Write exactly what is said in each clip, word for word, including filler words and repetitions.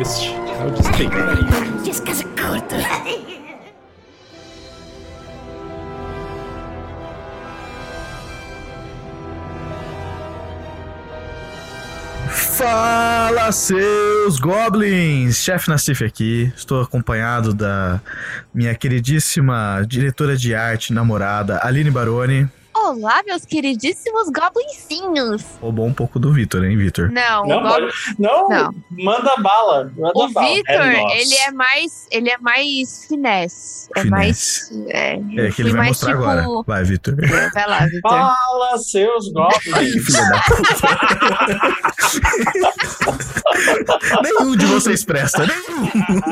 este é o Disclaimer. Descansa curta. Fala, seus goblins! Chefe Nassif aqui, estou acompanhado da minha queridíssima diretora de arte, namorada, Aline Baroni. Olá, meus queridíssimos goblincinhos! Roubou um pouco do Vitor, hein, Vitor? Não, Não, o goblin... não, Não. manda bala. Manda O bala. Vitor, É nosso. ele é mais, ele é mais finesse. É Finesse. mais, é, É que ele vai mais mostrar tipo... agora. Vai, Vitor. Vai lá, Vitor. Fala, seus goblins. Filha da puta. Nenhum de vocês presta, nenhum.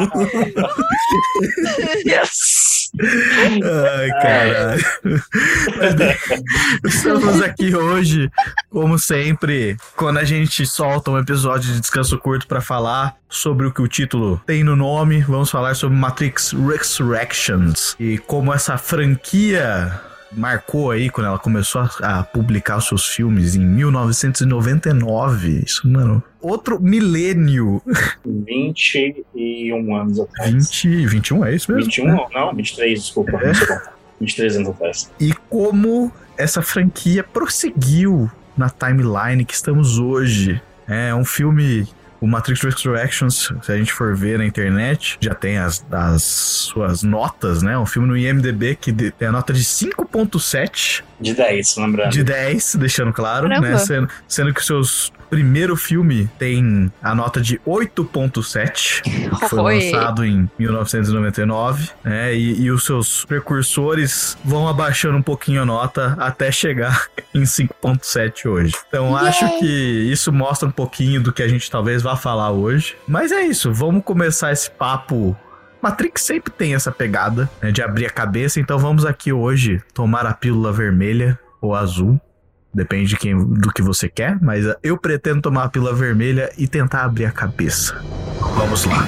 Yes! Ai, caralho. Mas bem, estamos aqui hoje, como sempre, quando a gente solta um episódio de Descanso Curto pra falar sobre o que o título tem no nome. Vamos falar sobre Matrix Resurrections e como essa franquia marcou aí quando ela começou a, a publicar os seus filmes em mil novecentos e noventa e nove. Isso, mano, outro milênio. vinte e um anos atrás. vinte, vinte e um, é isso mesmo? vinte e um? Não, vinte e três, desculpa. É? Não sei contar. vinte e três anos atrás. E como essa franquia prosseguiu na timeline que estamos hoje. É um filme... O Matrix Resurrections, se a gente for ver na internet, já tem as, as suas notas, né? Um filme no I M D B que tem a nota de cinco ponto sete. De dez, lembrando. De dez, deixando claro, Caramba. né? Sendo, sendo que o seu primeiro filme tem a nota de oito ponto sete, que foi Oi. lançado em mil novecentos e noventa e nove, né? E, e os seus precursores vão abaixando um pouquinho a nota até chegar em cinco ponto sete hoje. Então Yay. acho que isso mostra um pouquinho do que a gente talvez vá falar hoje. Mas é isso, vamos começar esse papo. Matrix sempre tem essa pegada, né, de abrir a cabeça, então vamos aqui hoje tomar a pílula vermelha ou azul, depende de quem, do que você quer, mas eu pretendo tomar a pílula vermelha e tentar abrir a cabeça. Vamos lá.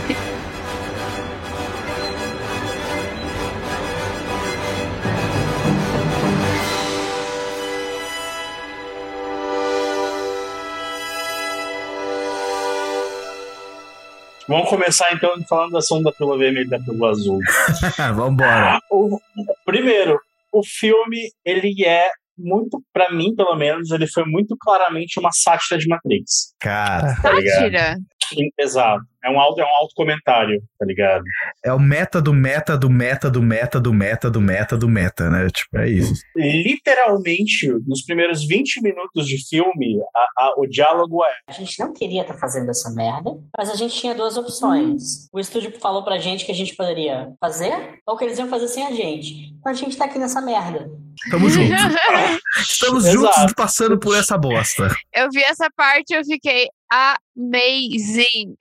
Vamos começar então falando da ação da pílula vermelha e da pílula azul. Vambora. O, primeiro, o filme, ele é muito, pra mim pelo menos, ele foi muito claramente uma sátira de Matrix. Cara, Tá ligado? Sátira. Exato. É um auto, é um autocomentário, tá ligado? é o meta do meta do meta do meta do meta do meta do meta, né? Tipo, é isso. Literalmente, nos primeiros vinte minutos de filme, a, a, o diálogo é: A gente não queria estar fazendo essa merda, mas a gente tinha duas opções. O estúdio falou pra gente que a gente poderia fazer, ou que eles iam fazer sem a gente. Então a gente tá aqui nessa merda. Tamo juntos. Estamos Exato. juntos passando por essa bosta. Eu vi essa parte e eu fiquei amazing.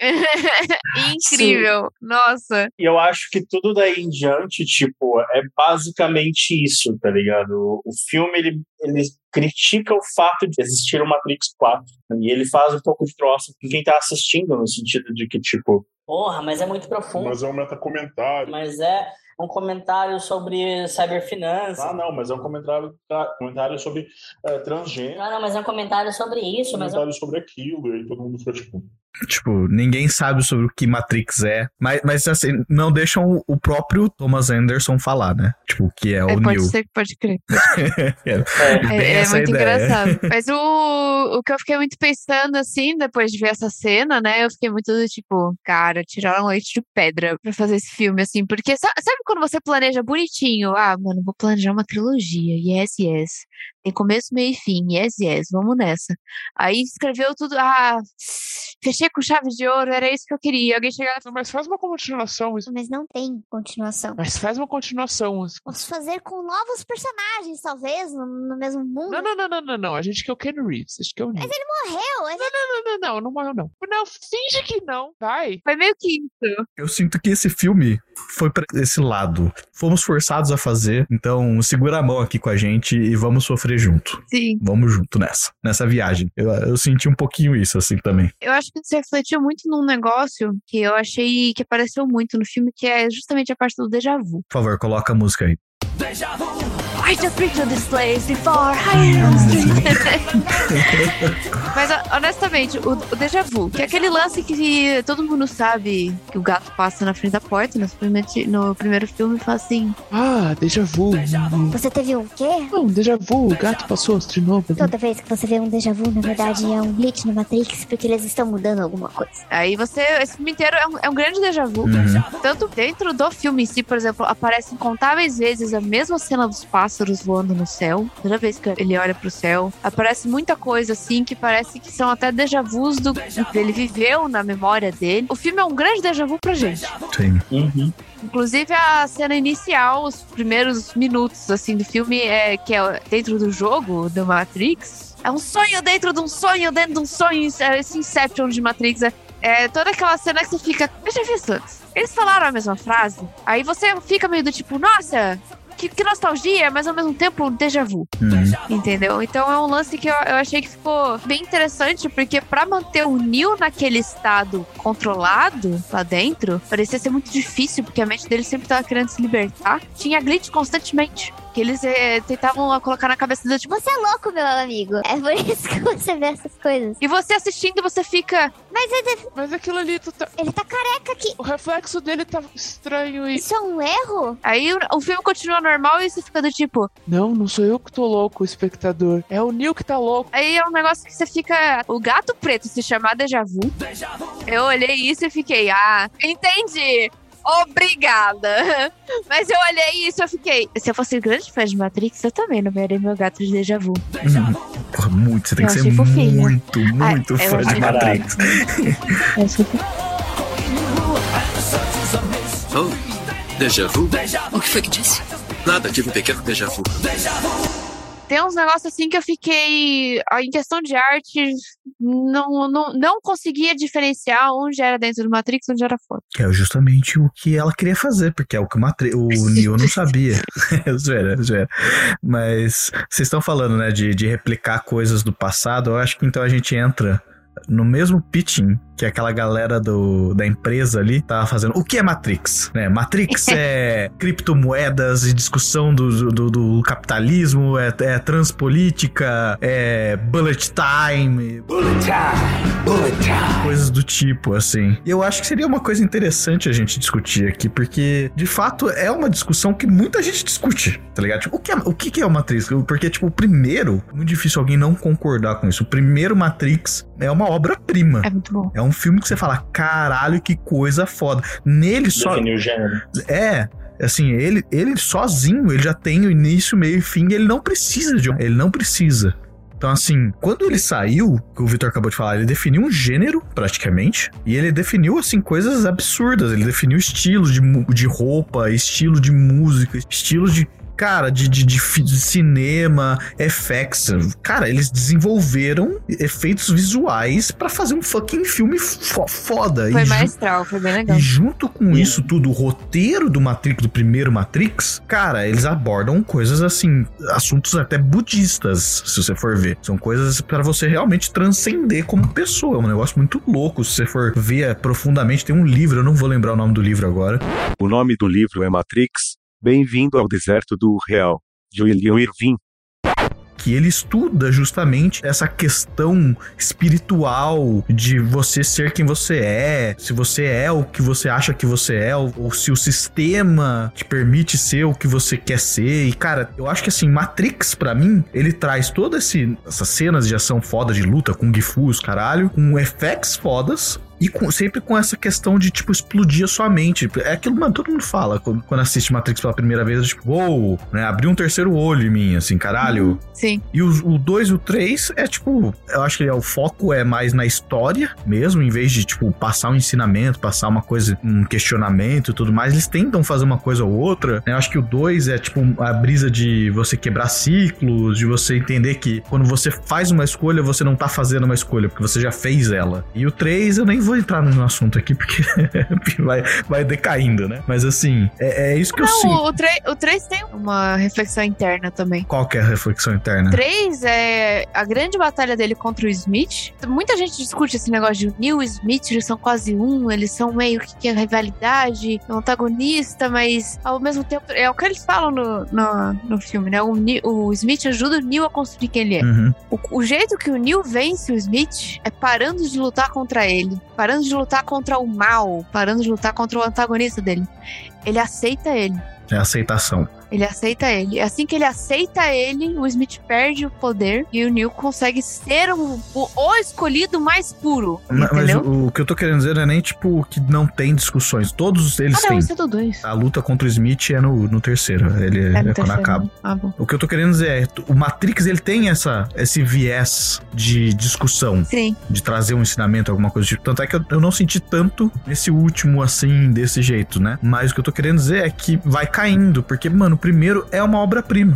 Incrível. Nossa. E eu acho que tudo daí em diante, tipo, é basicamente isso, tá ligado? O, o filme, ele, ele critica o fato de existir o Matrix quatro. E ele faz um pouco de troça com quem tá assistindo, no sentido de que, tipo... Porra, mas é muito profundo. Mas é um metacomentário. Mas é um comentário sobre cyberfinanças. Ah, não, mas é um comentário, comentário sobre é, transgênero, Não, não, mas é um comentário sobre isso. Mas é um... comentário sobre aquilo, e aí todo mundo fica tipo... Tipo, ninguém sabe sobre o que Matrix é. Mas, mas assim, não deixam o próprio Thomas Anderson falar, né? Tipo, o que é o É, pode Neo. ser, pode crer. é, É, Tem é essa muito ideia. engraçado. Mas o, o que eu fiquei muito pensando, assim, depois de ver essa cena, né? Eu fiquei muito do tipo, cara, tiraram leite de pedra pra fazer esse filme, assim. Porque sa- sabe quando você planeja bonitinho? Ah, mano, vou planejar uma trilogia. Yes, yes. Tem começo, meio e fim. Yes, yes. Vamos nessa. Aí escreveu tudo. Ah, fechei com chave de ouro. Era isso que eu queria. Alguém chegar e Mas faz uma continuação. isso- Mas não tem continuação. Mas faz uma continuação. isso. Posso fazer com novos personagens, talvez, no, no mesmo mundo. Não, não, não, não, não, não. A gente quer o Ken Reeves. A gente quer o Neo. Morreu, ele... Não, não, não, não morreu, não. Não, finge que não. Vai. Foi meio que isso. Eu sinto que esse filme foi pra esse lado. Fomos forçados a fazer, então segura a mão aqui com a gente e vamos sofrer junto. Sim. Vamos junto nessa, nessa viagem. Eu, eu senti um pouquinho isso, assim, também. Eu acho que isso refletiu muito num negócio que eu achei que apareceu muito no filme, que é justamente a parte do déjà vu. Por favor, coloca a música aí. Déjà vu, I just been to this place before. I am street. Mas, honestamente, o, o déjà vu, que é aquele lance que todo mundo sabe que o gato passa na frente da porta no primeiro, no primeiro filme e fala assim: Ah, déjà vu. Você teve um quê? Não, déjà vu, o gato passou de novo. Toda vez que você vê um déjà vu, na verdade é um glitch no Matrix, porque eles estão mudando alguma coisa. Aí você, esse filme inteiro é um, é um grande déjà vu. Uhum. Tanto dentro do filme em si, por exemplo, aparece incontáveis vezes a mesma cena dos pássaros voando no céu. Toda vez que ele olha pro céu, aparece muita coisa assim que parece que são até déjà vus do que ele viveu na memória dele. O filme é um grande déjà vu pra gente. Sim. Uhum. Inclusive a cena inicial, os primeiros minutos assim do filme, é, que é dentro do jogo do Matrix. É um sonho dentro de um sonho, dentro de um sonho. É esse Inception de Matrix. É, é toda aquela cena que você fica... Eu já vi isso antes. Eles falaram a mesma frase. Aí você fica meio do tipo... Nossa, que, que nostalgia, mas ao mesmo tempo um déjà vu. Uhum. Entendeu? Então é um lance que eu, eu achei que ficou bem interessante. Porque pra manter o Neo naquele estado controlado lá dentro, parecia ser muito difícil. Porque a mente dele sempre tava querendo se libertar. Tinha glitch constantemente. Que eles é, tentavam colocar na cabeça dele, tipo... Você é louco, meu amigo. É por isso que você vê essas coisas. E você assistindo, você fica... Mas ele, Mas aquilo ali, tu tá... ele tá careca aqui. o reflexo dele tá estranho e... Isso é um erro? Aí o, o filme continua normal e você fica do tipo... Não, não sou eu que tô louco, o espectador. É o Neo que tá louco. Aí é um negócio que você fica... O gato preto se chamar déjà vu. Eu olhei isso e fiquei... Ah, entendi. Obrigada. Mas eu olhei isso e eu fiquei... Se eu fosse grande fã de Matrix, eu também nomearia meu gato de déjà vu. Uhum. Porra, muito. Você tem Eu que ser achei fofinho. muito, muito Ah, eu fã de achei Matrix. É super... Oh, déjà vu? O que foi que disse? Nada, tive um pequeno déjà vu. Tem uns negócios assim que eu fiquei... Em questão de arte, não, não, não conseguia diferenciar onde era dentro do Matrix e onde era fora. Que é justamente o que ela queria fazer, porque é o que o, Matri- o Neo não sabia. zoeira, zoeira. Mas vocês estão falando, né, de, de replicar coisas do passado. Eu acho que então a gente entra no mesmo pitching que aquela galera do, da empresa ali tava fazendo. O que é Matrix? Né? Matrix é criptomoedas e discussão do, do, do capitalismo, é, é transpolítica, é bullet time. Bullet time! Bullet time! Coisas do tipo, assim. E eu acho que seria uma coisa interessante a gente discutir aqui, porque, de fato, é uma discussão que muita gente discute, tá ligado? Tipo, o que é o, que é o Matrix? Porque, tipo, o primeiro, é muito difícil alguém não concordar com isso. O primeiro Matrix é uma obra-prima. É muito bom. É um filme que você fala, caralho, que coisa foda. Nele só... Definiu o gênero. É, assim, ele, ele sozinho, ele já tem o início, meio e fim, e ele não precisa de um... Ele não precisa. Então, assim, quando ele saiu, que o Vitor acabou de falar, ele definiu um gênero, praticamente, e ele definiu, assim, coisas absurdas. Ele definiu estilo de, de roupa, estilo de música, estilo de... Cara, de, de, de, de cinema, effects. Cara, eles desenvolveram efeitos visuais pra fazer um fucking filme fo- foda. Foi e maestral, foi bem legal. E junto com isso tudo, o roteiro do Matrix, do primeiro Matrix, cara, eles abordam coisas assim, assuntos até budistas, se você for ver. São coisas pra você realmente transcender como pessoa. É um negócio muito louco, se você for ver profundamente. Tem um livro, eu não vou lembrar o nome do livro agora. O nome do livro é Matrix. Bem-vindo ao deserto do real, de William Irving. Que ele estuda justamente essa questão espiritual de você ser quem você é, se você é o que você acha que você é, ou, ou se o sistema te permite ser o que você quer ser. E, cara, eu acho que assim, Matrix, pra mim, ele traz todas essas cenas de ação foda, de luta, com Kung Fu, os caralho, com effects fodas, e com, sempre com essa questão de, tipo, explodir a sua mente. É aquilo, mano, todo mundo fala quando, quando assiste Matrix pela primeira vez, tipo, uou, né? Abriu um terceiro olho em mim, assim, caralho. Sim. E o dois e o três é, tipo, eu acho que é, o foco é mais na história mesmo, em vez de, tipo, passar um ensinamento, passar uma coisa, um questionamento e tudo mais. Eles tentam fazer uma coisa ou outra, né? Eu acho que o dois é, tipo, a brisa de você quebrar ciclos, de você entender que quando você faz uma escolha, você não tá fazendo uma escolha, porque você já fez ela. E o três eu nem vou vou entrar no assunto aqui porque vai, vai decaindo, né? Mas assim, é, é isso que Não, eu sinto. O três tem uma reflexão interna também. Qual que é a reflexão interna? O três é a grande batalha dele contra o Smith. Muita gente discute esse negócio de o Neo e o Smith, eles são quase um, eles são meio que a rivalidade, o antagonista, mas ao mesmo tempo, é o que eles falam no, no, no filme, né? O, Neo, o Smith ajuda o Neo a construir quem ele é. Uhum. O, o jeito que o Neo vence o Smith é parando de lutar contra ele, parando de lutar contra o mal, parando de lutar contra o antagonista dele. Ele aceita ele. É aceitação. Ele aceita ele. Assim que ele aceita ele, o Smith perde o poder e o Neo consegue ser o, o, o escolhido mais puro. Mas, mas entendeu? o, o que eu tô querendo dizer não é nem, tipo, que não tem discussões. Todos eles Ah, não, têm. esse é do dois. A luta contra o Smith é no, no terceiro. Ele É é, no quando terceiro. acaba. Ah, bom. O que eu tô querendo dizer é, o Matrix, ele tem essa, esse viés de discussão. Sim. De trazer um ensinamento, alguma coisa do tipo. Tanto é que eu, eu não senti tanto nesse último, assim, desse jeito, né? Mas o que eu tô querendo dizer é que vai caindo, porque, mano, o primeiro é uma obra-prima.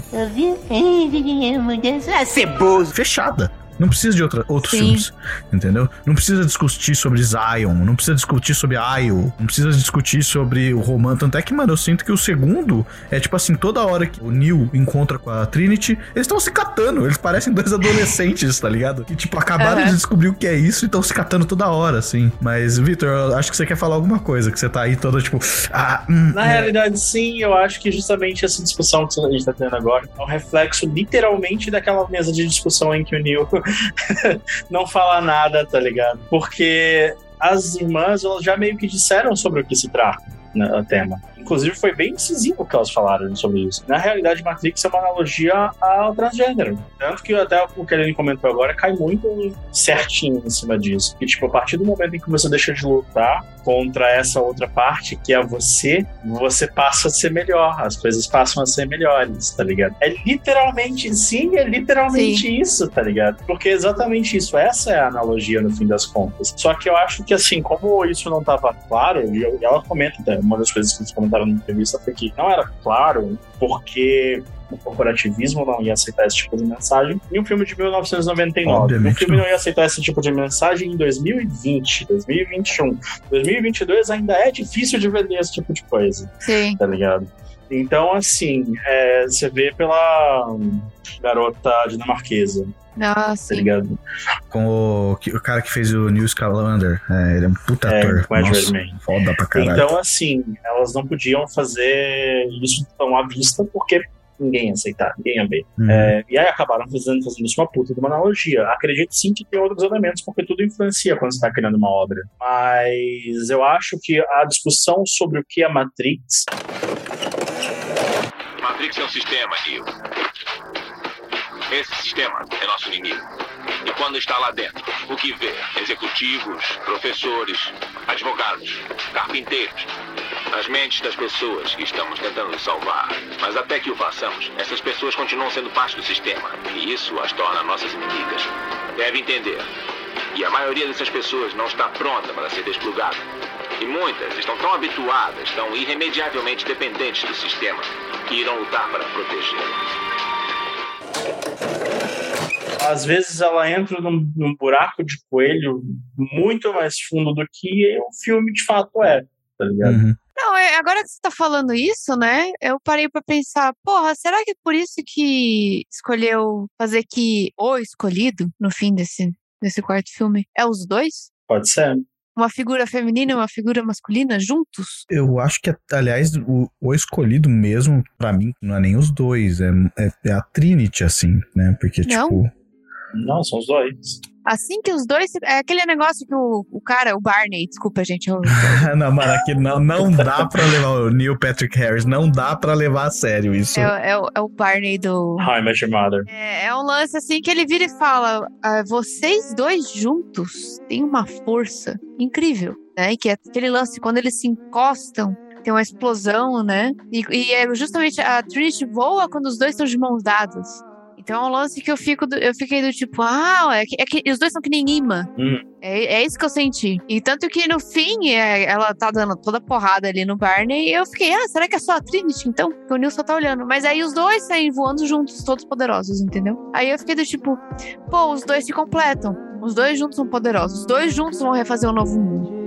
Ceboso. Fechada. Não precisa de outra, outros Sim. filmes, entendeu? Não precisa discutir sobre Zion, não precisa discutir sobre Io, não precisa discutir sobre o romance. Tanto é que, mano, eu sinto que o segundo é tipo assim, toda hora que o Neo encontra com a Trinity, eles estão se catando, eles parecem dois adolescentes, tá ligado? Que, tipo, acabaram Uhum. de descobrir o que é isso e estão se catando toda hora, assim. Mas, Victor, eu acho que você quer falar alguma coisa, que você tá aí toda, tipo... Ah, hum, Na é. realidade, sim, eu acho que justamente essa discussão que a gente tá tendo agora é um reflexo, literalmente, daquela mesa de discussão em que o Neo não fala nada, tá ligado? Porque as irmãs, elas já meio que disseram sobre o que se trata, né, o tema. Inclusive, foi bem decisivo que elas falaram sobre isso. Na realidade, Matrix é uma analogia ao transgênero. Tanto que até o que ele comentou agora cai muito certinho em cima disso. E, tipo, a partir do momento em que você deixa de lutar contra essa outra parte, que é você, você passa a ser melhor. As coisas passam a ser melhores, tá ligado? É literalmente, sim, é literalmente Sim. isso, tá ligado? Porque é exatamente isso. Essa é a analogia, no fim das contas. Só que eu acho que, assim, como isso não estava claro, e eu- e ela comenta, até, uma das coisas que eles comentaram na entrevista foi que não era claro porque o corporativismo não ia aceitar esse tipo de mensagem em um filme de mil novecentos e noventa e nove. Obviamente O filme não. não ia aceitar esse tipo de mensagem em dois mil e vinte, dois mil e vinte e um. dois mil e vinte e dois ainda é difícil de vender esse tipo de coisa, Sim. tá ligado? Então, assim, é, você vê pela hum, garota dinamarquesa, Ah, tá sim. ligado? Com o, que- o cara que fez o New Scalander. É, ele é um puta É, ator. com o Ed Nossa, Redmayne. foda pra caralho. Então, assim, elas não podiam fazer isso tão à vista porque ninguém ia aceitar, ninguém ia ver. Uhum. É, e aí acabaram fazendo, fazendo isso uma puta de uma analogia. Acredito sim que tem outros elementos, porque tudo influencia quando você está criando uma obra. Mas eu acho que a discussão sobre o que é Matrix... Matrix é um sistema, Neo. Esse sistema é nosso inimigo. E quando está lá dentro, o que vê? Executivos, professores, advogados, carpinteiros. As mentes das pessoas que estamos tentando salvar. Mas até que o façamos, essas pessoas continuam sendo parte do sistema. E isso as torna nossas inimigas. Deve entender. E a maioria dessas pessoas não está pronta para ser desplugada. E muitas estão tão habituadas, tão irremediavelmente dependentes do sistema, que irão lutar para protegê-lo. Às vezes ela entra num, num buraco de coelho muito mais fundo do que o filme de fato é, tá ligado? Uhum. Não, é, agora que você tá falando isso, né? Eu parei pra pensar, porra, será que é por isso que escolheu fazer que o escolhido, no fim desse, desse quarto filme, é os dois? Pode ser. Uma figura feminina e uma figura masculina juntos? Eu acho que, aliás, o, o escolhido mesmo, pra mim, não é nem os dois, é, é, é a Trinity, assim, né? Porque, Não. tipo... Não, são os dois. Assim que os dois... É aquele negócio que o, o cara, o Barney, desculpa, gente. Eu, não, mano, aqui não, não dá pra levar o Neil Patrick Harris, não dá pra levar a sério isso. é, é, o- é o Barney do... How I Met Your Mother. É, é um lance assim que ele vira e fala: "Ah, vocês dois juntos têm uma força incrível, né? E que é aquele lance quando eles se encostam, tem uma explosão, né? E, e é justamente a Trinity voa quando os dois estão de mãos dadas. Então é um lance que eu fico do, eu fiquei do tipo, ah, é que, é que os dois são que nem imã. Hum. É, é isso que eu senti. E tanto que no fim, é, ela tá dando toda porrada ali no Barney, e eu fiquei, ah, será que é só a Trinity, então? Porque o Neil só tá olhando. Mas aí os dois saem voando juntos, todos poderosos, entendeu? Aí eu fiquei do tipo, pô, os dois se completam. Os dois juntos são poderosos. Os dois juntos vão refazer um novo mundo.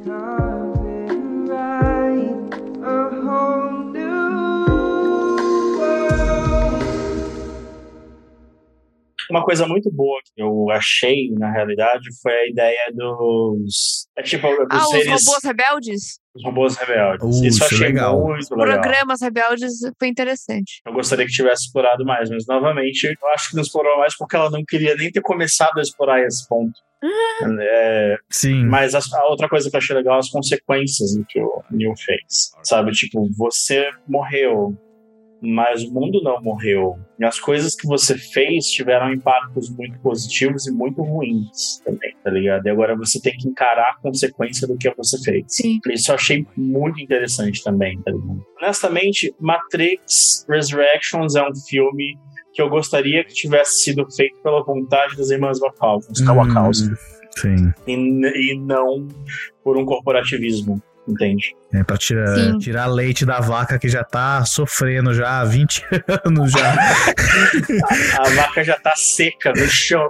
Uma coisa muito boa que eu achei, na realidade, foi a ideia dos... É tipo, dos ah, seres... os robôs rebeldes? Os robôs rebeldes. Uh, isso eu achei legal. muito legal. Programas rebeldes foi interessante. Eu gostaria que tivesse explorado mais, mas, novamente, eu acho que não explorou mais porque ela não queria nem ter começado a explorar esse ponto. É, Sim. Mas a, a outra coisa que eu achei legal, as consequências do que o Neil fez. Sabe, tipo, você morreu, mas o mundo não morreu. E as coisas que você fez tiveram impactos muito positivos e muito ruins também, tá ligado? E agora você tem que encarar a consequência do que você fez. Sim. Isso eu achei muito interessante também, tá ligado? Honestamente, Matrix Resurrections é um filme que eu gostaria que tivesse sido feito pela vontade das irmãs Wachowski. Hum, sim. E, e não por um corporativismo. Entende? É pra tirar, tirar leite da vaca que já tá sofrendo já há vinte anos já. A vaca já tá seca no chão.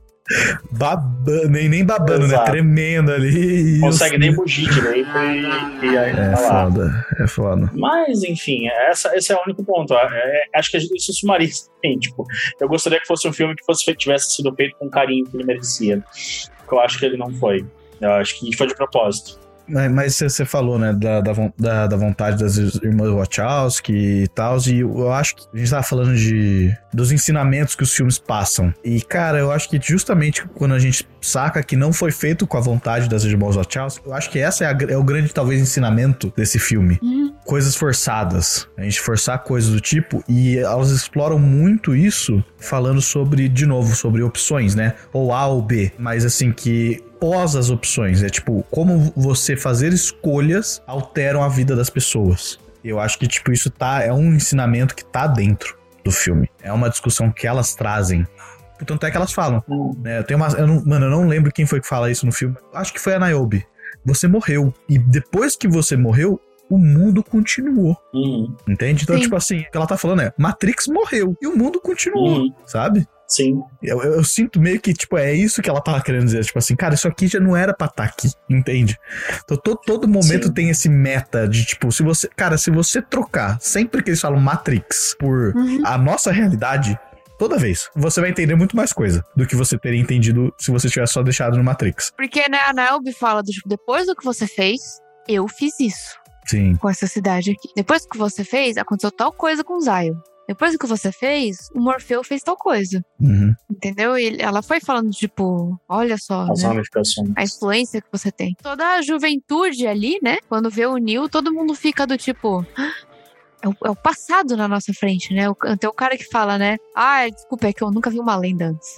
Babando, nem, nem babando, Exato. né? Tremendo ali. Consegue nem bugir direito e, e aí É tá lá. foda, é foda. Mas, enfim, essa, esse é o único ponto. É, acho que isso sumariza. Tipo, eu gostaria que fosse um filme que fosse, tivesse sido feito com o carinho que ele merecia. Eu acho que ele não foi. Eu acho que foi de propósito. Mas você falou, né, da, da, da vontade das irmãs Wachowski e tal, e eu acho que a gente tava falando de, dos ensinamentos que os filmes passam. E, cara, eu acho que justamente quando a gente saca que não foi feito com a vontade das irmãs Wachowski, eu acho que essa é, a, é o grande, talvez, ensinamento desse filme. Uhum. Coisas forçadas. A gente forçar coisas do tipo, e elas exploram muito isso, falando sobre, de novo, sobre opções, né? Ou A ou B, mas assim, que pós as opções, é tipo, como você fazer escolhas alteram a vida das pessoas. Eu acho que, tipo, isso tá, é um ensinamento que tá dentro do filme. É uma discussão que elas trazem. Tanto é que elas falam, né? Eu tenho uma, eu não, mano, eu não lembro quem foi que fala isso no filme. Acho que foi a Niobe. Você morreu. E depois que você morreu, o mundo continuou. Uhum. Entende? Então, Sim. tipo assim, o que ela tá falando é, Matrix morreu e o mundo continuou, Uhum. sabe? Sim. Eu, eu, eu sinto meio que, tipo, é isso que ela tava querendo dizer. Tipo assim, cara, isso aqui já não era pra estar aqui, entende? Então, todo, todo momento Sim. tem esse meta de, tipo, se você... Cara, se você trocar, sempre que eles falam Matrix por Uhum. a nossa realidade, toda vez, você vai entender muito mais coisa do que você teria entendido se você tivesse só deixado no Matrix. Porque, né, a Niobe fala, do, tipo, depois do que você fez, eu fiz isso Sim. com essa cidade aqui. Depois do que você fez, aconteceu tal coisa com o Zion. Depois do que você fez, o Morfeu fez tal coisa. Uhum. Entendeu? E ela foi falando, tipo, olha só, As né? ramificações. A influência que você tem. Toda a juventude ali, né? Quando vê o Neil, todo mundo fica do tipo... É o, é o passado na nossa frente, né? O, tem o cara que fala, né? Ah, desculpa, é que eu nunca vi uma lenda antes.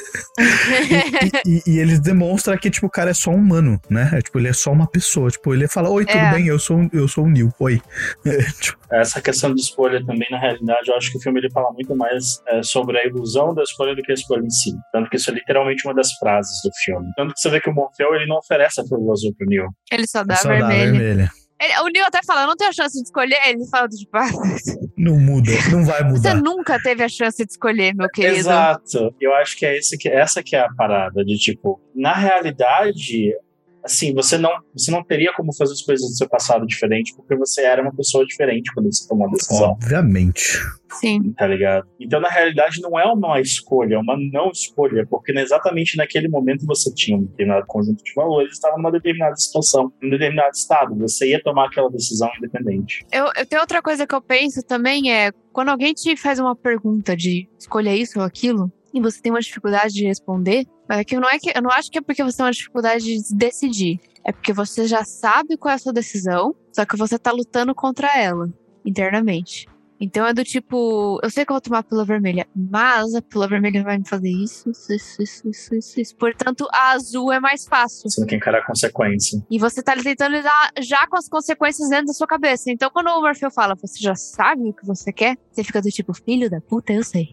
e, e, e eles demonstram que, tipo, o cara é só humano, né? É, tipo, ele é só uma pessoa. Tipo, ele fala, oi, tudo É. bem? Eu sou, eu sou o Neil. Oi. É, tipo, Essa questão de escolha também, na realidade, eu acho que o filme ele fala muito mais é, sobre a ilusão da escolha do que a escolha em si. Tanto que isso é literalmente uma das frases do filme. Tanto que você vê que o Morfeu, ele não oferece a pílula azul pro Neil. Ele só dá só dá vermelho. vermelha. Ele- o Neil até fala, eu não tenho a chance de escolher. Ele fala, tipo, ah, Não muda, não vai você mudar. nunca teve a chance de escolher, meu querido. Exato. Eu acho que é esse que, essa que é a parada, de tipo, na realidade, assim, você não, você não teria como fazer as coisas do seu passado diferente, porque você era uma pessoa diferente quando você tomou a decisão. Obviamente. Sim. Tá ligado? Então, na realidade, não é uma escolha, é uma não escolha, porque exatamente naquele momento você tinha um determinado conjunto de valores, estava numa determinada situação, num determinado estado, você ia tomar aquela decisão independente. Eu, eu tenho outra coisa que eu penso também é, quando alguém te faz uma pergunta de escolha isso ou aquilo, e você tem uma dificuldade de responder, é que eu não, é que, eu não acho que é porque você tem uma dificuldade de decidir. É porque você já sabe qual é a sua decisão, só que você tá lutando contra ela, internamente. Então é do tipo, eu sei que eu vou tomar a pílula vermelha, mas a pílula vermelha vai me fazer isso, isso, isso, isso, isso, isso, isso. Portanto, a azul é mais fácil. Você não tem que encarar a consequência. E você tá tentando lidar já com as consequências dentro da sua cabeça. Então, quando o Morfeu fala, você já sabe o que você quer? Você fica do tipo, filho da puta, eu sei.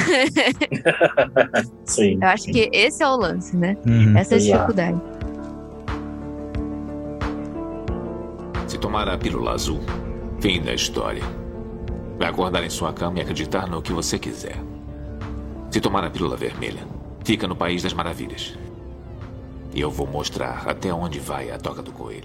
Sim. Eu acho que esse é o lance, né? Uhum. Essa é a Exato. dificuldade. Se tomar a pílula azul, fim da história. Vai acordar em sua cama e acreditar no que você quiser. Se tomar a pílula vermelha, fica no País das Maravilhas. E eu vou mostrar até onde vai a toca do coelho.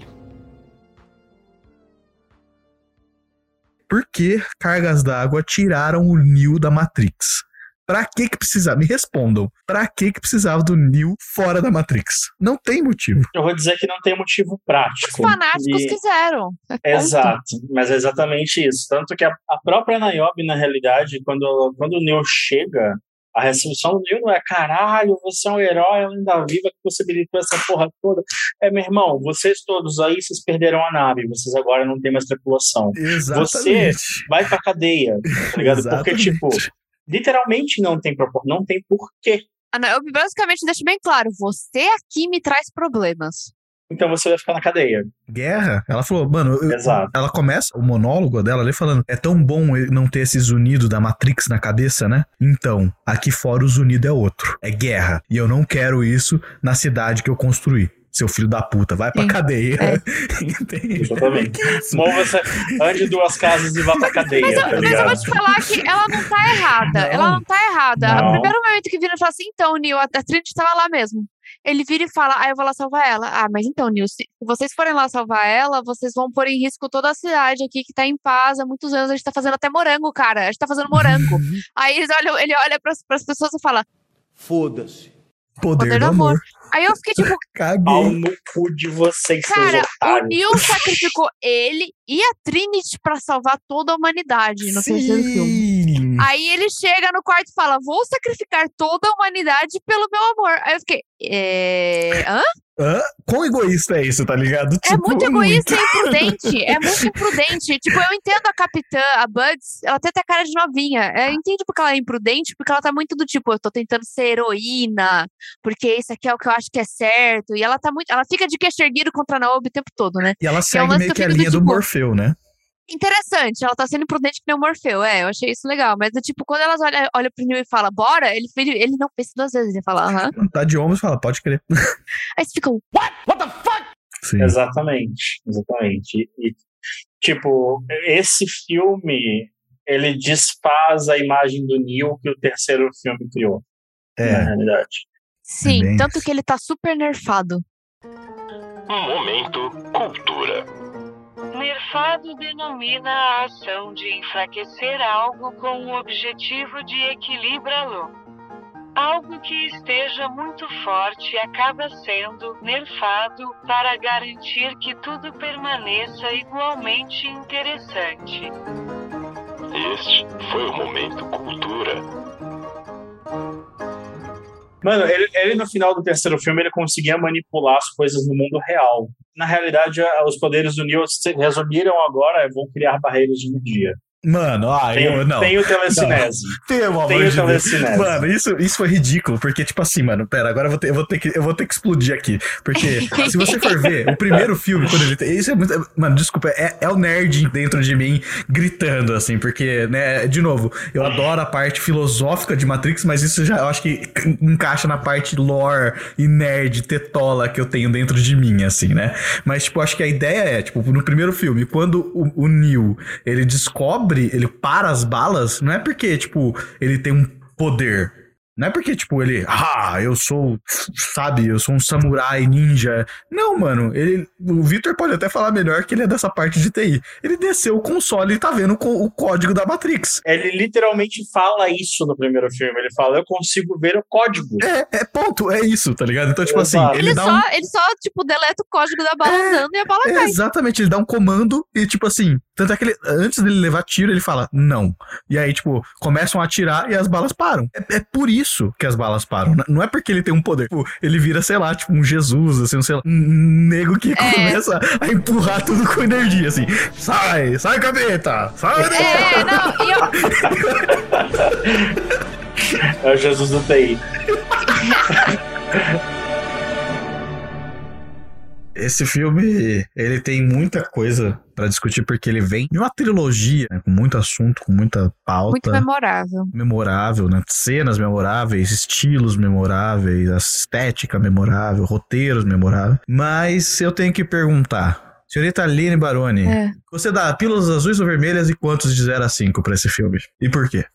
Por que cargas d'água tiraram o Neo da Matrix? Pra que que precisava? Me respondam. Pra que que precisava do Neo fora da Matrix? Não tem motivo. Eu vou dizer que não tem motivo prático. Os fanáticos E- quiseram. É Exato, mas é exatamente isso. Tanto que a, a própria Niobe, na realidade, quando, quando o Neo chega, a recepção do Neo não é caralho, você é um herói ainda viva que possibilitou essa porra toda. É, meu irmão, vocês todos aí, vocês perderam a nave, vocês agora não tem mais tripulação. Exatamente. Você vai pra cadeia, tá ligado? Porque, Exatamente. tipo, literalmente não tem propor- não tem porquê. A Niobe basicamente deixa bem claro, você aqui me traz problemas. Então você vai ficar na cadeia. Guerra, ela falou, mano, eu- Exato. ela começa o monólogo dela ali falando, é tão bom ele não ter esses unidos da Matrix na cabeça, né? Então, aqui fora os unidos é outro, é guerra. E eu não quero isso na cidade que eu construí. Seu filho da puta, vai pra Sim. cadeia. É. Entende? Exatamente. Mova-se, ande duas casas e vá pra cadeia, Mas eu, tá mas eu ligado? vou te falar que ela não tá errada. Não. Ela não tá errada. Não. O primeiro momento que vira e fala assim, então, Neo, a a Trinity tava lá mesmo. Ele vira e fala, ah, eu vou lá salvar ela. Ah, mas então, Neo, se vocês forem lá salvar ela, vocês vão pôr em risco toda a cidade aqui que tá em paz há muitos anos. A gente tá fazendo até morango, cara. A gente tá fazendo morango. Aí eles olham, ele olha pras, pras pessoas e fala, Foda-se. Poder, poder do do amor. amor. Aí eu fiquei tipo, Caguei. Pau no cu de vocês, cara, seus o otários. Neo sacrificou ele e a Trinity pra salvar toda a humanidade no terceiro filme. Sim. Aí ele chega no quarto e fala, vou sacrificar toda a humanidade pelo meu amor. Aí eu fiquei, é... hã? Hã? Quão egoísta é isso, tá ligado? É Tipo, muito egoísta e imprudente. É muito imprudente. Tipo, eu entendo a capitã, a Buds, ela tem até cara de novinha. Eu entendo porque ela é imprudente, porque ela tá muito do tipo, eu tô tentando ser heroína, porque isso aqui é o que eu acho que é certo. E ela tá muito. Ela fica de queixo erguido contra a Naomi o tempo todo, né? E ela é um segue lance meio que que a eu fico linha do do tipo- Morfeu, né? Interessante, ela tá sendo imprudente que nem o Morfeu, é, eu achei isso legal. Mas, tipo, quando elas olham, olham pro Neo e falam, bora, ele, ele, ele não pensa duas vezes, ele fala, aham. Tá de ombros e fala, pode crer. Aí você fica, Sim. Exatamente, exatamente. E, tipo, esse filme, ele desfaz a imagem do Neo que o terceiro filme criou, na É. realidade. sim, bem tanto que ele tá super nerfado. Momento Cultura. Nerfado denomina a ação de enfraquecer algo com o objetivo de equilibrá-lo. Algo que esteja muito forte acaba sendo nerfado para garantir que tudo permaneça igualmente interessante. Este foi o Momento Cultura. Mano, ele, ele no final do terceiro filme, ele conseguia manipular as coisas no mundo real. Na realidade, a- os poderes do Neo se resumiram agora, vão criar barreiras de energia. Mano, ah, Tem, eu não. tem o telecinese. Pelo amor Tem o de Deus. telecinese. Mano, isso, isso foi ridículo, porque, tipo assim, mano, pera, agora eu vou ter, eu vou ter, que, eu vou ter que explodir aqui. Porque, se você for ver, o primeiro filme, quando ele tem. Isso é muito. Mano, desculpa, é, é o nerd dentro de mim gritando, assim, porque, né, de novo, eu adoro a parte filosófica de Matrix, mas isso já eu acho que encaixa na parte lore e nerd, tetola que eu tenho dentro de mim, assim, né? Mas, tipo, acho que a ideia é, tipo, no primeiro filme, quando o, o Neo, ele descobre, ele para as balas, não é porque, tipo, ele tem um poder. Não é porque, tipo, ele, ah, eu sou, sabe, eu sou um samurai ninja. Não, mano, ele, o Victor pode até falar melhor que ele é dessa parte de T I. Ele desceu o console e tá vendo o, o código da Matrix. Ele literalmente fala isso no primeiro filme. Ele fala, eu consigo ver o código. É, é ponto, é isso, tá ligado? Então, tipo assim, Exato. ele, Ele, dá só, um... ele só, tipo, deleta o código da bala É, andando e a bala É, cai. exatamente, ele dá um comando e, tipo assim, Tanto é que ele, antes dele levar tiro, ele fala, não. E aí, tipo, começam a atirar e as balas param. É, é por isso que as balas param. Não é porque ele tem um poder. Tipo, ele vira, sei lá, tipo, um Jesus, assim, um, sei lá, um nego que é. começa a empurrar tudo com energia, assim. Sai, sai, capeta! Sai, É, não, e eu... É o Jesus do T I. Esse filme, ele tem muita coisa pra discutir, porque ele vem de uma trilogia, né, com muito assunto, com muita pauta. Muito memorável. Memorável, né? Cenas memoráveis, estilos memoráveis, a estética memorável, roteiros memoráveis. Mas eu tenho que perguntar, senhorita Aline Baroni, é. você dá pílulas azuis ou vermelhas e quantos de zero a cinco pra esse filme? E por quê?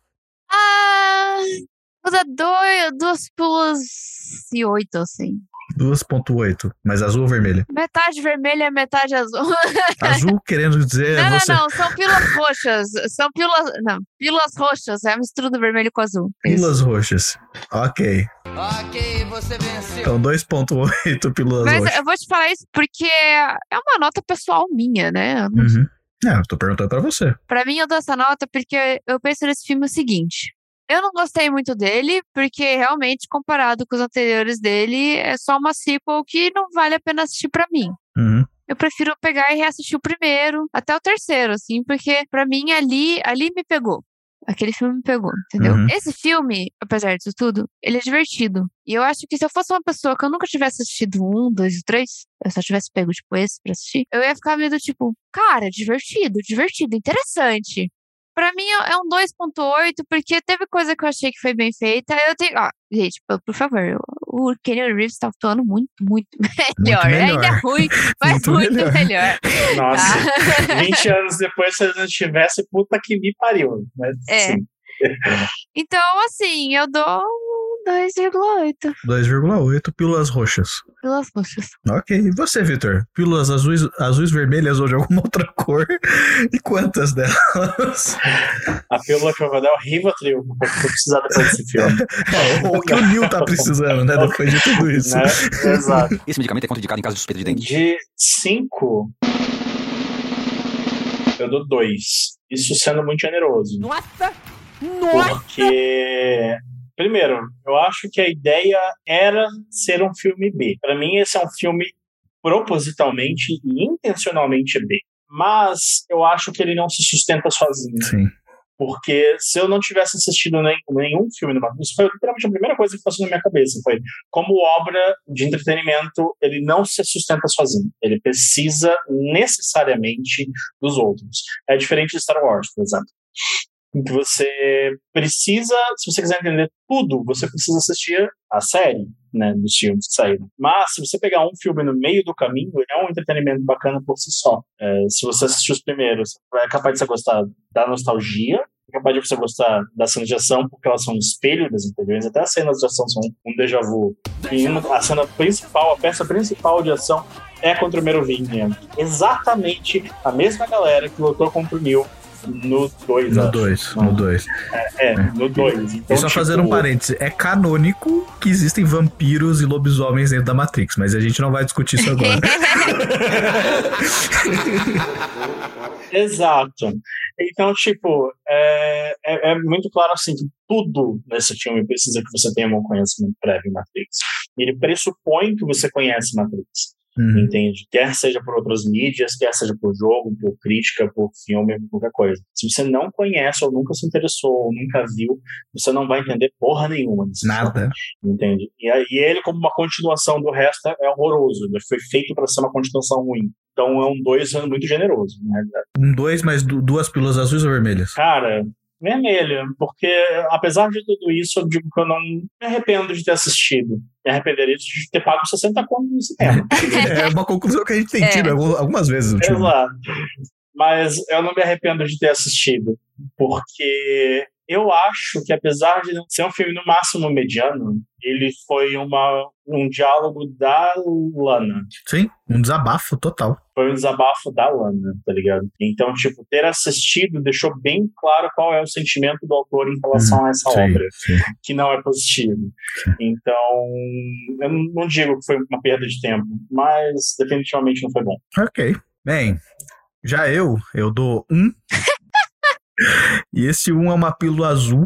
Ah, vou dar dois, duas pílulas e oito, assim. dois ponto oito, mas azul ou vermelha? Metade vermelha, metade azul. Azul querendo dizer... Não, você... não, não, são pílulas roxas. São pílulas... Não, pílulas roxas, é a mistura do vermelho com azul. Pílulas Isso. roxas, ok. Ok, você venceu. Então, dois ponto oito pílulas mas roxas. Eu vou te falar isso porque é uma nota pessoal minha, né? Uhum. É, eu tô perguntando pra você. Pra mim, eu dou essa nota porque eu penso nesse filme o seguinte... Eu não gostei muito dele, porque realmente, comparado com os anteriores dele, é só uma sequel que não vale a pena assistir pra mim. Uhum. Eu prefiro pegar e reassistir o primeiro, até o terceiro, assim, porque pra mim ali, ali me pegou. Aquele filme me pegou, entendeu? Uhum. Esse filme, apesar disso tudo, ele é divertido. E eu acho que se eu fosse uma pessoa que eu nunca tivesse assistido um, dois e três, eu só tivesse pego, tipo, esse pra assistir, eu ia ficar meio do tipo, cara, divertido, divertido, interessante. Pra mim é um dois ponto oito, porque teve coisa que eu achei que foi bem feita. Eu tenho. Ó, gente, por favor, o Keanu Reeves tá atuando muito, muito melhor. Muito melhor. Ainda é ruim, mas muito, muito melhor. melhor. Nossa, tá? vinte anos depois, se ele não tivesse, puta que me pariu. Mas, é. Sim. Então, assim, eu dou dois vírgula oito. dois vírgula oito pílulas roxas. Pílulas roxas. Ok. E você, Vitor? Pílulas azuis, azuis, vermelhas ou de alguma outra cor? E quantas delas? A pílula que eu vou dar é o Rivotril, porque eu vou precisar depois desse filme. É, o que o Neil tá precisando, né? Depois de tudo isso. Né? Exato. Esse medicamento é contraindicado em caso de suspeita de dente. De cinco, eu dou dois. Isso sendo muito generoso. Nossa! Nossa! Porque... Primeiro, eu acho que a ideia era ser um filme B. Para mim, esse é um filme propositalmente e intencionalmente B. Mas eu acho que ele não se sustenta sozinho. Sim. Porque se eu não tivesse assistido nem, nenhum filme do Matrix, isso foi literalmente a primeira coisa que passou na minha cabeça. Foi como obra de entretenimento, ele não se sustenta sozinho. Ele precisa necessariamente dos outros. É diferente de Star Wars, por exemplo. Em que você precisa, se você quiser entender tudo, você precisa assistir a série, né, dos filmes que saíram. Mas, se você pegar um filme no meio do caminho, ele é um entretenimento bacana por si só. É, se você assistir os primeiros, é capaz de você gostar da nostalgia, é capaz de você gostar da cena de ação, porque elas são um espelho das anteriores, até as cenas de ação são um déjà vu. E a cena principal, a peça principal de ação é contra o Merovingian. Exatamente a mesma galera que lutou contra o Neo no dois. No dois, no dois. É, é, no dois. Então, e só tipo... fazendo um parêntese, é canônico que existem vampiros e lobisomens dentro da Matrix, mas a gente não vai discutir isso agora. Exato. Então, tipo, é, é, é muito claro assim que tudo nesse filme precisa que você tenha um conhecimento prévio em Matrix. Ele pressupõe que você conhece Matrix. Uhum. Entende? Quer seja por outras mídias, quer seja por jogo, por crítica, por filme, por qualquer coisa. Se você não conhece, ou nunca se interessou, ou nunca viu, você não vai entender porra nenhuma. Nada. Filme, entende? E aí ele, como uma continuação do resto, é horroroso. Ele foi feito para ser uma continuação ruim. Então é um dois muito generoso. Né? Um dois, mas duas pílulas azuis ou vermelhas? Cara... vermelha, porque apesar de tudo isso, eu digo que eu não me arrependo de ter assistido. Me arrependeria de ter pago sessenta contos no cinema. É uma conclusão que a gente tem tido é. algumas vezes. Exato. Mas eu não me arrependo de ter assistido, porque eu acho que apesar de não ser um filme no máximo mediano, ele foi uma, um diálogo da Lana. Sim, um desabafo total. Foi um desabafo da Lana, tá ligado? Então, tipo, ter assistido deixou bem claro qual é o sentimento do autor em relação uhum, a essa sim, obra, sim. que não é positivo. Sim. Então, eu não digo que foi uma perda de tempo, mas definitivamente não foi bom. Ok. Bem, Já eu, eu dou um. E esse um é uma pílula azul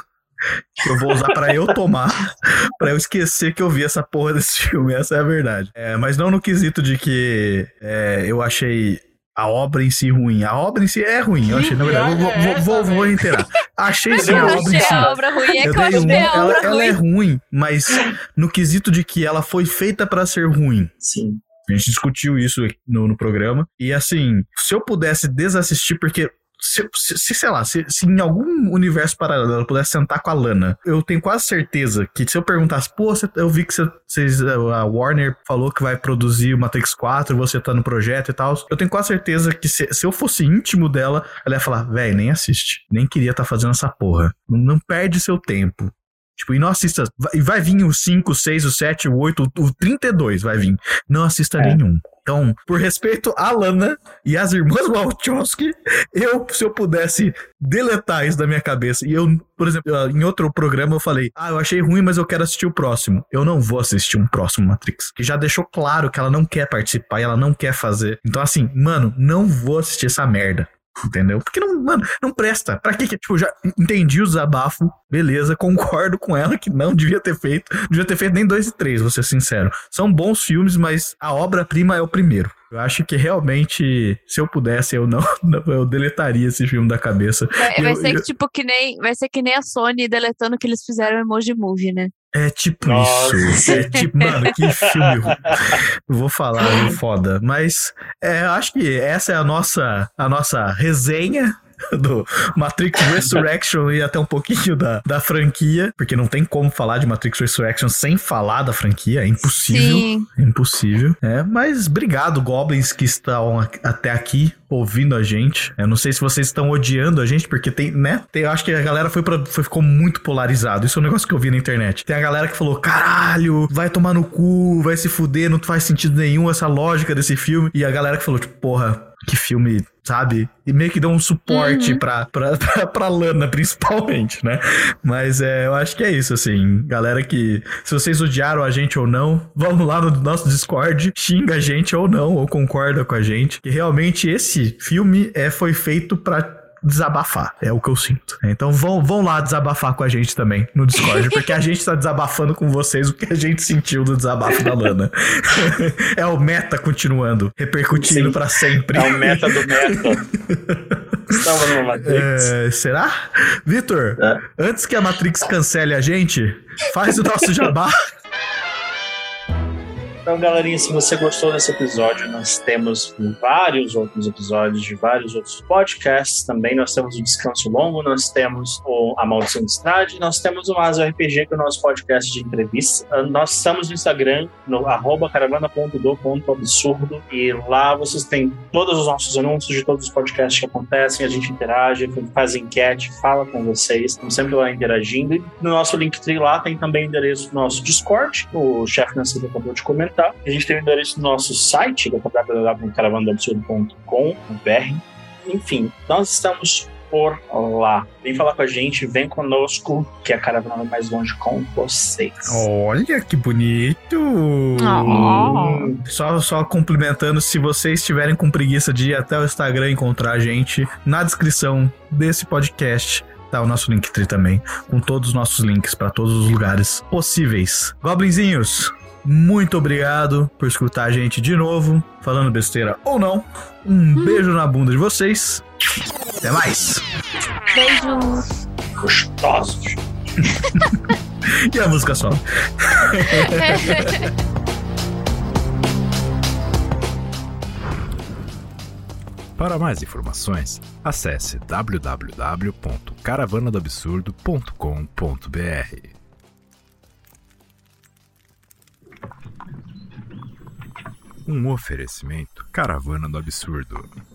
que eu vou usar pra eu tomar, pra eu esquecer que eu vi essa porra desse filme. Essa é a verdade. É, mas não no quesito de que é, eu achei a obra em si ruim. A obra em si é ruim. Eu achei, na verdade, eu vou, vou, vou, vou reiterar. Achei sim a obra em si. A obra ruim é eu que eu dei um, achei a ela, obra ela ruim. é ruim, mas no quesito de que ela foi feita pra ser ruim. Sim. A gente discutiu isso no, no programa. E assim, se eu pudesse desassistir, porque se, se sei lá, se, se em algum universo paralelo eu pudesse sentar com a Lana, eu tenho quase certeza que se eu perguntasse, pô, você, eu vi que vocês, a Warner falou que vai produzir o Matrix quatro, você tá no projeto e tal, eu tenho quase certeza que se, se eu fosse íntimo dela, ela ia falar, véi, nem assiste, nem queria tá fazendo essa porra, não, não perde seu tempo. Tipo, e não assista, vai, vai vir o cinco, o seis, o sete, o oito, o, o trinta e dois vai vir. Não assista é. nenhum. Então, por respeito à Lana e às irmãs Wachowski, eu, se eu pudesse deletar isso da minha cabeça, e eu, por exemplo, em outro programa eu falei, ah, eu achei ruim, mas eu quero assistir o próximo. Eu não vou assistir um próximo Matrix, que já deixou claro que ela não quer participar e ela não quer fazer. Então, assim, mano, não vou assistir essa merda. Entendeu? Porque não, mano, não presta. Pra que? Tipo, já entendi o desabafo, beleza, concordo com ela que não devia ter feito. Não devia ter feito nem dois e três, vou ser sincero. São bons filmes, mas a obra-prima é o primeiro. Eu acho que realmente, se eu pudesse, eu não, eu deletaria esse filme da cabeça. Vai, vai eu, ser eu, que, tipo, que nem, vai ser que nem a Sony deletando o que eles fizeram Emoji Movie, né? É tipo Nossa. isso. É tipo, mano, que filme ruim. Eu vou falar, é foda. Mas é, acho que essa é a nossa, a nossa resenha do Matrix Resurrection e até um pouquinho da, da franquia, porque não tem como falar de Matrix Resurrection sem falar da franquia, é impossível. Sim. É impossível. É, mas obrigado, Goblins, que estão a, até aqui ouvindo a gente. Eu não sei se vocês estão odiando a gente, porque tem, né? Tem, eu acho que a galera foi pra, foi, ficou muito polarizado. Isso é um negócio que eu vi na internet. Tem a galera que falou, caralho, vai tomar no cu, vai se fuder, não faz sentido nenhum essa lógica desse filme. E a galera que falou, tipo, porra, que filme, sabe? E meio que deu um suporte uhum. pra, pra, pra, pra Lana, principalmente, né? Mas é, eu acho que é isso, assim. Galera que, se vocês odiaram a gente ou não, vamos lá no nosso Discord, xinga a gente ou não, ou concorda com a gente. Que realmente esse filme é, foi feito pra desabafar, é o que eu sinto. Então vão, vão lá desabafar com a gente também no Discord, porque a gente tá desabafando com vocês o que a gente sentiu do desabafo da Lana. É o meta continuando, repercutindo Sim. pra sempre. É o meta do meta. Estamos no Matrix. É, será? Vitor, é. antes que a Matrix cancele a gente, faz o nosso jabá. Então, galerinha, se você gostou desse episódio, nós temos vários outros episódios de vários outros podcasts também. Nós temos o Descanso Longo, nós temos o A Maldição de Estrade, nós temos o Maso R P G, que é o nosso podcast de entrevista. Nós estamos no Instagram, no arroba caravana ponto do ponto absurdo, e lá vocês têm todos os nossos anúncios de todos os podcasts que acontecem, a gente interage, faz enquete, fala com vocês, estamos sempre lá interagindo. E no nosso Linktree lá tem também o endereço do nosso Discord, o chefe Nancy acabou de comentar. A gente tem o endereço do nosso site, que é w w w ponto caravana do absurdo ponto com ponto b r. Enfim, nós estamos por lá. Vem falar com a gente, vem conosco, que a caravana vai mais longe com vocês. Olha que bonito! Oh. Só, só complementando, se vocês estiverem com preguiça de ir até o Instagram encontrar a gente, na descrição desse podcast tá o nosso Linktree também, com todos os nossos links para todos os lugares possíveis. Goblinzinhos, muito obrigado por escutar a gente de novo, falando besteira ou não. Um hum. beijo na bunda de vocês. Até mais. Beijos. Gostosos. E a música só. Para mais informações, acesse w w w ponto caravana do absurdo ponto com ponto b r. Um oferecimento Caravana do Absurdo.